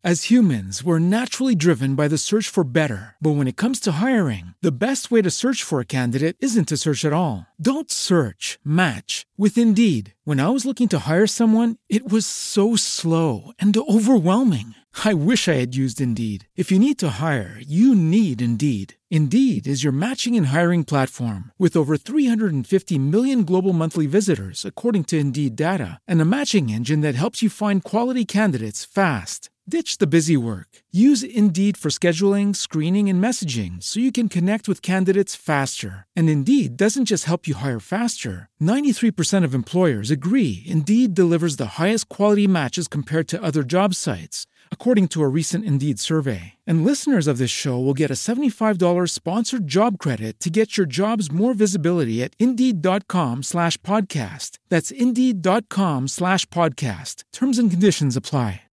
As humans, we're naturally driven by the search for better. But when it comes to hiring, the best way to search for a candidate isn't to search at all. Don't search, match with Indeed. When I was looking to hire someone, it was so slow and overwhelming. I wish I had used Indeed. If you need to hire, you need Indeed. Indeed is your matching and hiring platform with over 350 million global monthly visitors, according to Indeed data, and a matching engine that helps you find quality candidates fast. Ditch the busy work. Use Indeed for scheduling, screening, and messaging so you can connect with candidates faster. And Indeed doesn't just help you hire faster. 93% of employers agree Indeed delivers the highest quality matches compared to other job sites, according to a recent Indeed survey. And listeners of this show will get a $75 sponsored job credit to get your jobs more visibility at Indeed.com/podcast. That's Indeed.com/podcast. Terms and conditions apply.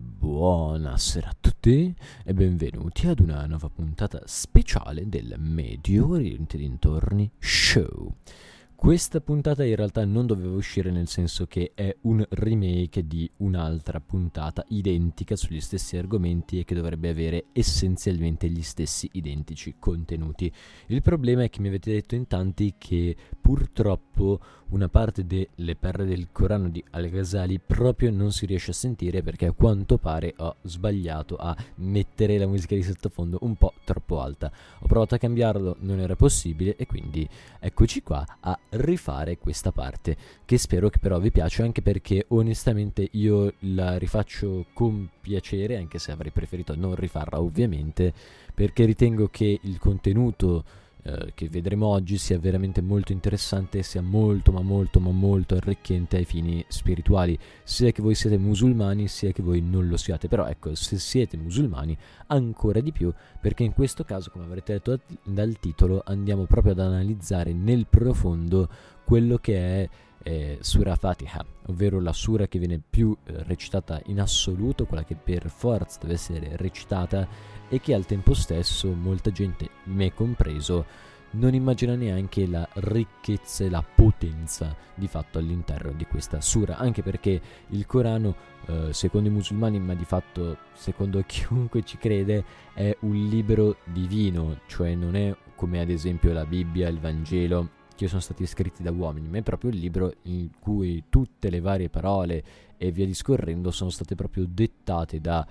Buonasera a tutti e benvenuti ad una nuova puntata speciale del Medio Oriente Dintorni Show. Questa puntata in realtà non doveva uscire, nel senso che è un remake di un'altra puntata identica sugli stessi argomenti e che dovrebbe avere essenzialmente gli stessi identici contenuti. Il problema è che mi avete detto in tanti che purtroppo una parte delle perle del Corano di Al-Ghazali proprio non si riesce a sentire, perché a quanto pare ho sbagliato a mettere la musica di sottofondo un po' troppo alta. Ho provato a cambiarlo, non era possibile, e quindi eccoci qua a rifare questa parte, che spero che però vi piaccia, anche perché onestamente io la rifaccio con piacere, anche se avrei preferito non rifarla ovviamente, perché ritengo che il contenuto che vedremo oggi sia veramente molto interessante, sia molto arricchente ai fini spirituali, sia che voi siete musulmani sia che voi non lo siate. Però ecco, se siete musulmani ancora di più, perché in questo caso, come avrete letto dal titolo, andiamo proprio ad analizzare nel profondo quello che è Sura Fatiha, ovvero la sura che viene più recitata in assoluto, quella che per forza deve essere recitata, e che al tempo stesso molta gente, me compreso, non immagina neanche la ricchezza e la potenza di fatto all'interno di questa sura, anche perché il Corano, secondo i musulmani, ma di fatto secondo chiunque ci crede, è un libro divino, cioè non è come ad esempio la Bibbia, il Vangelo, che sono stati scritti da uomini, ma è proprio il libro in cui tutte le varie parole e via discorrendo sono state proprio dettate da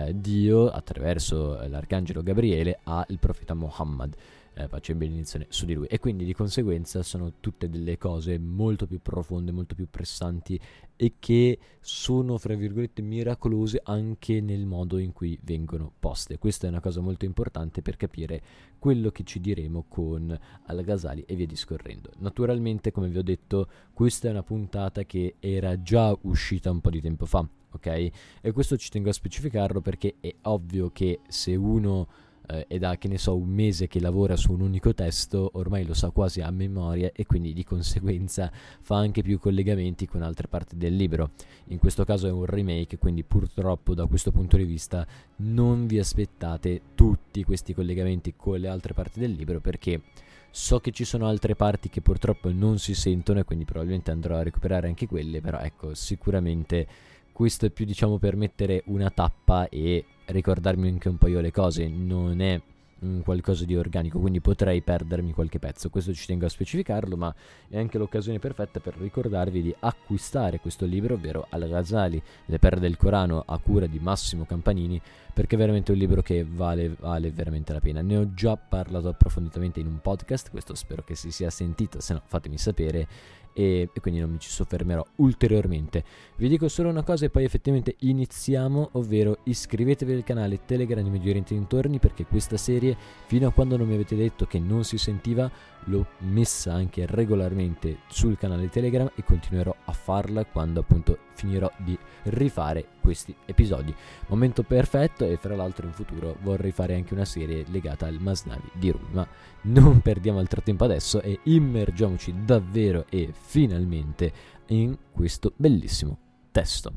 Dio attraverso l'arcangelo Gabriele al profeta Muhammad, faccio benedizione su di lui, e quindi di conseguenza sono tutte delle cose molto più profonde, molto più pressanti, e che sono fra virgolette miracolose anche nel modo in cui vengono poste. Questa è una cosa molto importante per capire quello che ci diremo con Al-Ghazali e via discorrendo. Naturalmente, come vi ho detto, questa è una puntata che era già uscita un po' di tempo fa, ok? E questo ci tengo a specificarlo, perché è ovvio che se uno è da, che ne so, un mese che lavora su un unico testo, ormai lo sa quasi a memoria, e quindi di conseguenza fa anche più collegamenti con altre parti del libro. In questo caso è un remake, quindi purtroppo da questo punto di vista non vi aspettate tutti questi collegamenti con le altre parti del libro, perché so che ci sono altre parti che purtroppo non si sentono, e quindi probabilmente andrò a recuperare anche quelle. Però ecco, sicuramente questo è più, diciamo, per mettere una tappa e ricordarmi anche un po' io le cose, non è un qualcosa di organico, quindi potrei perdermi qualche pezzo. Questo ci tengo a specificarlo, ma è anche l'occasione perfetta per ricordarvi di acquistare questo libro, ovvero Al-Ghazali, Le perle del Corano, a cura di Massimo Campanini, perché è veramente un libro che vale veramente la pena. Ne ho già parlato approfonditamente in un podcast, questo spero che si sia sentito, se no fatemi sapere, e quindi non mi ci soffermerò ulteriormente. Vi dico solo una cosa e poi effettivamente iniziamo, ovvero iscrivetevi al canale Telegram di Medio Oriente Dintorni, perché questa serie, fino a quando non mi avete detto che non si sentiva, l'ho messa anche regolarmente sul canale Telegram, e continuerò a farla quando appunto finirò di rifare questi episodi. Momento perfetto, e fra l'altro in futuro vorrei fare anche una serie legata al Masnavi di Rumi, ma non perdiamo altro tempo adesso e immergiamoci davvero e finalmente in questo bellissimo testo.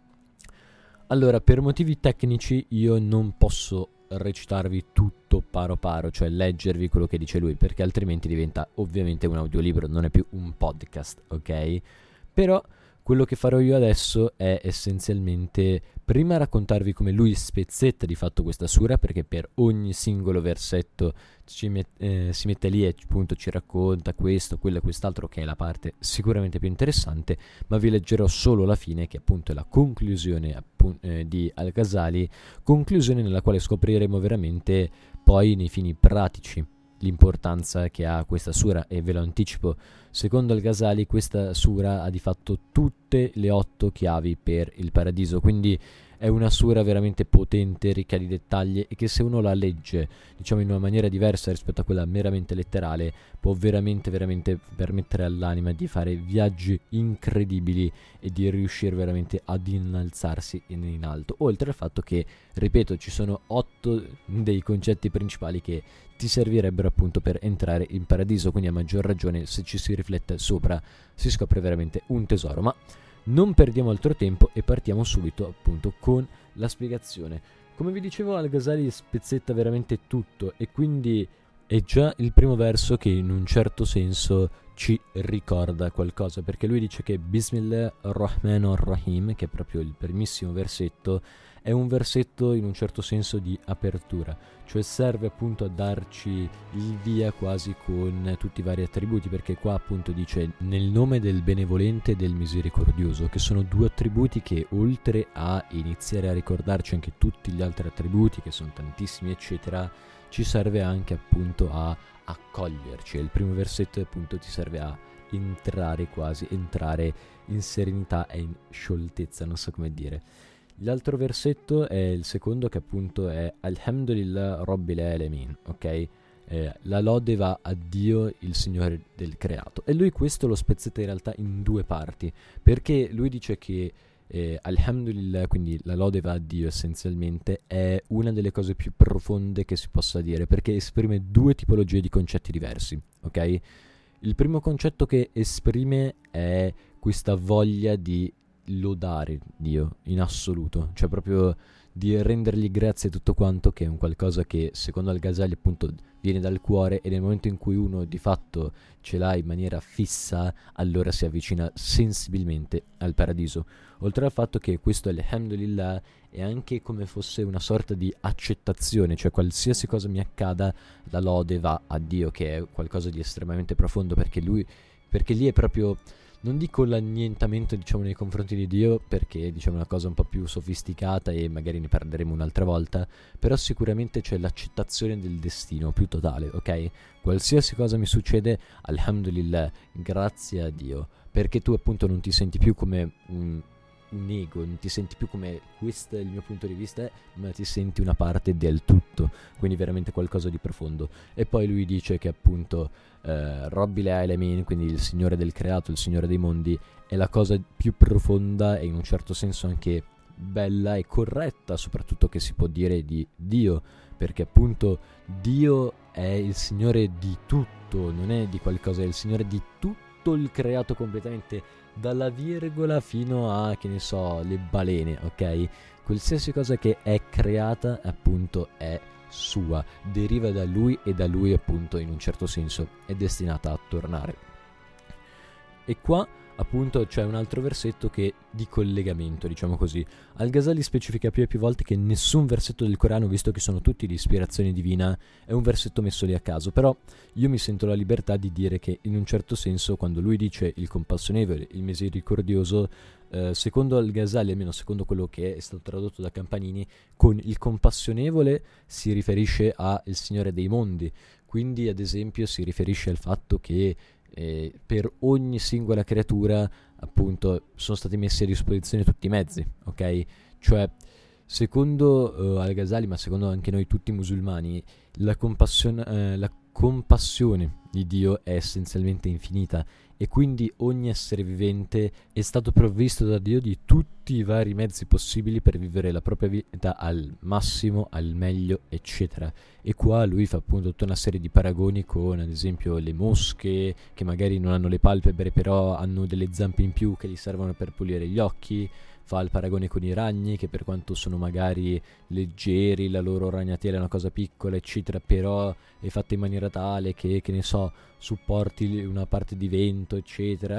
Allora, per motivi tecnici io non posso recitarvi tutto paro paro, cioè leggervi quello che dice lui, perché altrimenti diventa ovviamente un audiolibro, non è più un podcast, ok? Però Quello che farò io adesso è essenzialmente prima raccontarvi come lui spezzetta di fatto questa sura, perché per ogni singolo versetto si mette lì e appunto ci racconta questo, quello e quest'altro, che è la parte sicuramente più interessante, ma vi leggerò solo la fine, che appunto è la conclusione di Al-Ghazali, conclusione nella quale scopriremo veramente poi nei fini pratici l'importanza che ha questa sura. E ve lo anticipo, secondo Al-Ghazali questa sura ha di fatto tutte le 8 chiavi per il paradiso, quindi è una sura veramente potente, ricca di dettagli, e che se uno la legge diciamo in una maniera diversa rispetto a quella meramente letterale può veramente permettere all'anima di fare viaggi incredibili e di riuscire veramente ad innalzarsi in alto, oltre al fatto che, ripeto, ci sono 8 dei concetti principali che ti servirebbero appunto per entrare in paradiso, quindi a maggior ragione se ci si riflette sopra si scopre veramente un tesoro. Ma non perdiamo altro tempo e partiamo subito appunto con la spiegazione. Come vi dicevo, Al-Ghazali spezzetta veramente tutto, e quindi è già il primo verso che in un certo senso ci ricorda qualcosa, perché lui dice che Bismillah ar-Rahman ar-Rahim, che è proprio il primissimo versetto, è un versetto in un certo senso di apertura, cioè serve appunto a darci il via quasi con tutti i vari attributi, perché qua appunto dice nel nome del benevolente e del misericordioso, che sono 2 attributi che, oltre a iniziare a ricordarci anche tutti gli altri attributi, che sono tantissimi eccetera, ci serve anche appunto a accoglierci. Il primo versetto appunto ti serve a entrare in serenità e in scioltezza, non so come dire. L'altro versetto è il secondo, che appunto è Alhamdulillah Rabbil Alamin, ok? La lode va a Dio, il Signore del creato. E lui questo lo spezzetta in realtà in 2 parti, perché lui dice che Alhamdulillah, quindi la lode va a Dio essenzialmente, è una delle cose più profonde che si possa dire, perché esprime 2 tipologie di concetti diversi, ok? Il primo concetto che esprime è questa voglia di lodare Dio in assoluto, cioè proprio di rendergli grazie e tutto quanto, che è un qualcosa che secondo Al-Ghazali appunto viene dal cuore, e nel momento in cui uno di fatto ce l'ha in maniera fissa, allora si avvicina sensibilmente al paradiso. Oltre al fatto che questo Alhamdulillah è anche come fosse una sorta di accettazione, cioè qualsiasi cosa mi accada la lode va a Dio, che è qualcosa di estremamente profondo, perché lì è proprio, non dico l'annientamento diciamo nei confronti di Dio, perché diciamo è una cosa un po' più sofisticata e magari ne parleremo un'altra volta, però sicuramente c'è l'accettazione del destino più totale, ok? Qualsiasi cosa mi succede, alhamdulillah, grazie a Dio, perché tu appunto non ti senti più come un ego, non ti senti più come questo è il mio punto di vista, ma ti senti una parte del tutto, quindi veramente qualcosa di profondo. E poi lui dice che appunto Rabbil Alamin, quindi il Signore del creato, il Signore dei mondi, è la cosa più profonda e in un certo senso anche bella e corretta soprattutto che si può dire di Dio, perché appunto Dio è il Signore di tutto, non è di qualcosa, è il Signore di tutto il creato completamente, dalla virgola fino a, che ne so, le balene, ok? Qualsiasi cosa che è creata appunto è sua, deriva da lui e da lui appunto in un certo senso è destinata a tornare. E qua appunto c'è un altro versetto che di collegamento, diciamo così. Al-Ghazali specifica più e più volte che nessun versetto del Corano, visto che sono tutti di ispirazione divina, è un versetto messo lì a caso, però io mi sento la libertà di dire che in un certo senso quando lui dice il compassionevole, il misericordioso, secondo Al-Ghazali, almeno secondo quello che è stato tradotto da Campanini, con il compassionevole si riferisce al Signore dei mondi, quindi ad esempio si riferisce al fatto che per ogni singola creatura appunto sono stati messi a disposizione tutti i mezzi, ok? Cioè secondo Al-Ghazali, ma secondo anche noi tutti musulmani, la compassione di Dio è essenzialmente infinita, e quindi ogni essere vivente è stato provvisto da Dio di tutti i vari mezzi possibili per vivere la propria vita al massimo, al meglio, eccetera. E qua lui fa appunto tutta una serie di paragoni con ad esempio le mosche, che magari non hanno le palpebre però hanno delle zampe in più che gli servono per pulire gli occhi. Fa il paragone con i ragni, che per quanto sono magari leggeri, la loro ragnatela è una cosa piccola eccetera, però è fatta in maniera tale che ne so, supporti una parte di vento eccetera,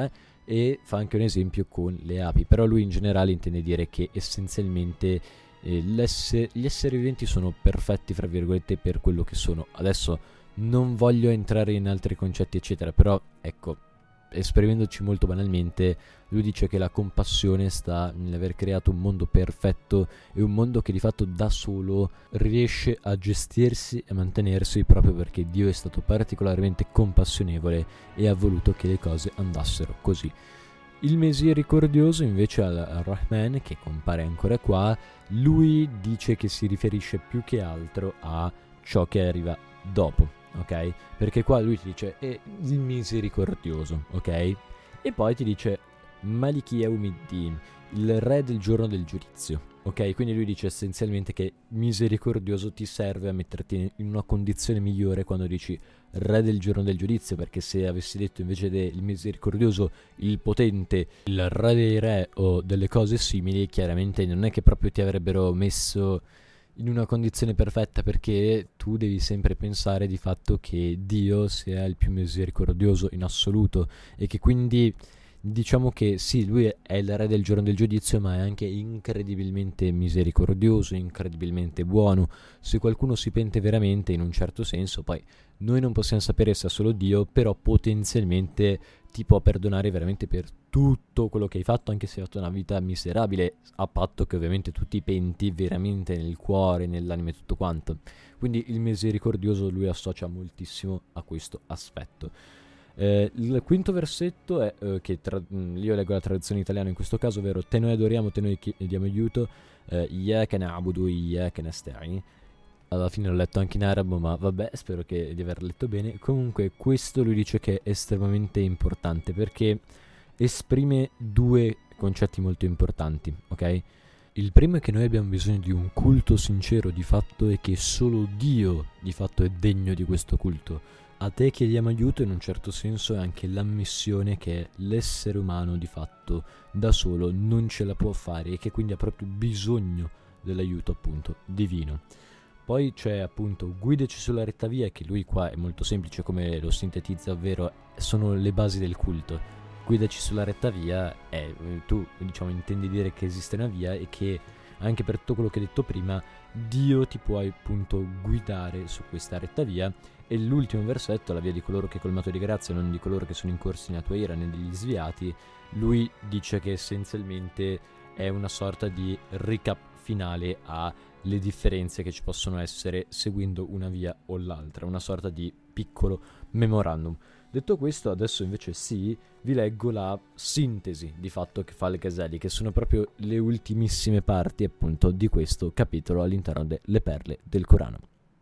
e fa anche un esempio con le api, però lui in generale intende dire che essenzialmente gli esseri viventi sono perfetti, fra virgolette, per quello che sono. Adesso non voglio entrare in altri concetti eccetera, però ecco, esprimendoci molto banalmente, lui dice che la compassione sta nell'aver creato un mondo perfetto e un mondo che di fatto da solo riesce a gestirsi e mantenersi, proprio perché Dio è stato particolarmente compassionevole e ha voluto che le cose andassero così. Il misericordioso invece al Rahman, che compare ancora qua, lui dice che si riferisce più che altro a ciò che arriva dopo, ok? Perché qua lui ti dice è il misericordioso, ok? E poi ti dice Maliki Yawmiddin, il re del giorno del giudizio, ok? Quindi lui dice essenzialmente che misericordioso ti serve a metterti in una condizione migliore quando dici re del giorno del giudizio, perché se avessi detto invece del misericordioso il potente, il re dei re o delle cose simili, chiaramente non è che proprio ti avrebbero messo in una condizione perfetta, perché tu devi sempre pensare di fatto che Dio sia il più misericordioso in assoluto e che quindi diciamo che sì, lui è il re del giorno del giudizio, ma è anche incredibilmente misericordioso, incredibilmente buono. Se qualcuno si pente veramente, in un certo senso, poi noi non possiamo sapere se è solo Dio, però potenzialmente ti può perdonare veramente per tutto quello che hai fatto, anche se hai fatto una vita miserabile, a patto che ovviamente tu ti penti veramente nel cuore, nell'anima e tutto quanto. Quindi il misericordioso lui associa moltissimo a questo aspetto. Il quinto versetto è che io leggo la traduzione italiana in questo caso, ovvero te noi adoriamo, te noi diamo aiuto, iyyaka na'budu wa iyyaka nasta'in. Alla fine l'ho letto anche in arabo, ma vabbè, spero di aver letto bene. Comunque questo lui dice che è estremamente importante perché esprime due concetti molto importanti, ok? Il primo è che noi abbiamo bisogno di un culto sincero di fatto e che solo Dio di fatto è degno di questo culto. A te chiediamo aiuto, in un certo senso è anche l'ammissione che l'essere umano di fatto da solo non ce la può fare e che quindi ha proprio bisogno dell'aiuto appunto divino. Poi c'è appunto guidaci sulla retta via, che lui qua è molto semplice come lo sintetizza, ovvero sono le basi del culto. Guidaci sulla retta via è, tu diciamo intendi dire che esiste una via e che anche per tutto quello che hai detto prima Dio ti può appunto guidare su questa retta via. E l'ultimo versetto, la via di coloro che è colmato di grazia, non di coloro che sono incorsi nella tua ira né degli sviati, lui dice che essenzialmente è una sorta di recap finale alle differenze che ci possono essere seguendo una via o l'altra, una sorta di piccolo memorandum. Detto questo, adesso invece sì, vi leggo la sintesi di fatto che fa Al-Ghazali, che sono proprio le ultimissime parti appunto di questo capitolo all'interno delle perle del Corano.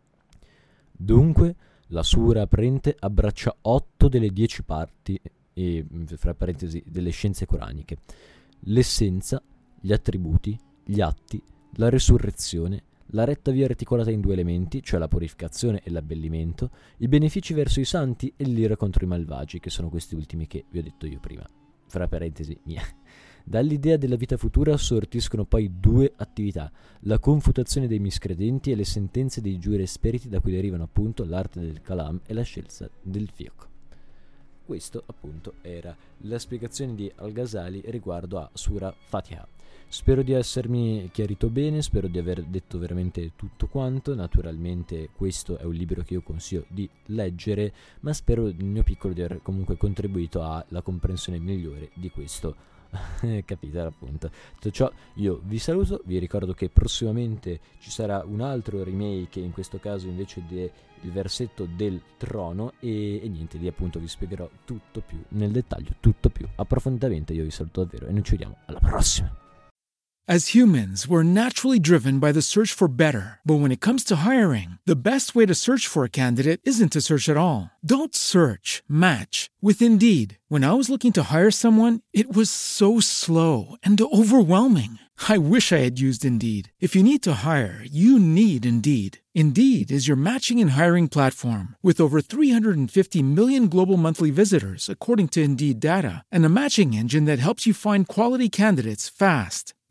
Dunque, la sura apparente abbraccia 8 delle 10 parti, e fra parentesi, delle scienze coraniche: l'essenza, gli attributi, gli atti, la resurrezione, la retta via articolata in 2 elementi, cioè la purificazione e l'abbellimento, i benefici verso i santi e l'ira contro i malvagi, che sono questi ultimi che vi ho detto io prima. Fra parentesi, mia. Dall'idea della vita futura sortiscono poi 2 attività: la confutazione dei miscredenti e le sentenze dei giuri esperiti, da cui derivano appunto l'arte del kalam e la scienza del fiqh. Questo appunto era la spiegazione di Al-Ghazali riguardo a Sura Fatiha. Spero di essermi chiarito bene, spero di aver detto veramente tutto quanto. Naturalmente questo è un libro che io consiglio di leggere, ma spero nel mio piccolo di aver comunque contribuito alla comprensione migliore di questo capitolo appunto. Tutto ciò, io vi saluto, vi ricordo che prossimamente ci sarà un altro remake, in questo caso invece del versetto del trono, e niente, lì appunto vi spiegherò tutto più nel dettaglio, tutto più approfonditamente. Io vi saluto davvero e noi ci vediamo alla prossima. As humans, we're naturally driven by the search for better. But when it comes to hiring, the best way to search for a candidate isn't to search at all. Don't search, match with Indeed. When I was looking to hire someone, it was so slow and overwhelming. I wish I had used Indeed. If you need to hire, you need Indeed. Indeed is your matching and hiring platform with over 350 million global monthly visitors, according to Indeed data, and a matching engine that helps you find quality candidates fast.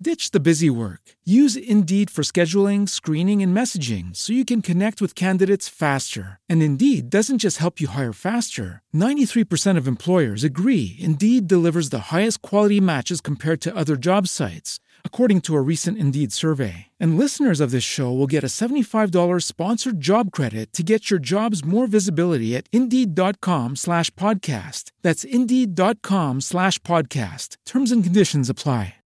Ditch the busy work. Use Indeed for scheduling, screening, and messaging so you can connect with candidates faster. And Indeed doesn't just help you hire faster. 93% of employers agree Indeed delivers the highest quality matches compared to other job sites, according to a recent Indeed survey. And listeners of this show will get a $75 sponsored job credit to get your jobs more visibility at Indeed.com/podcast. That's Indeed.com/podcast. Terms and conditions apply.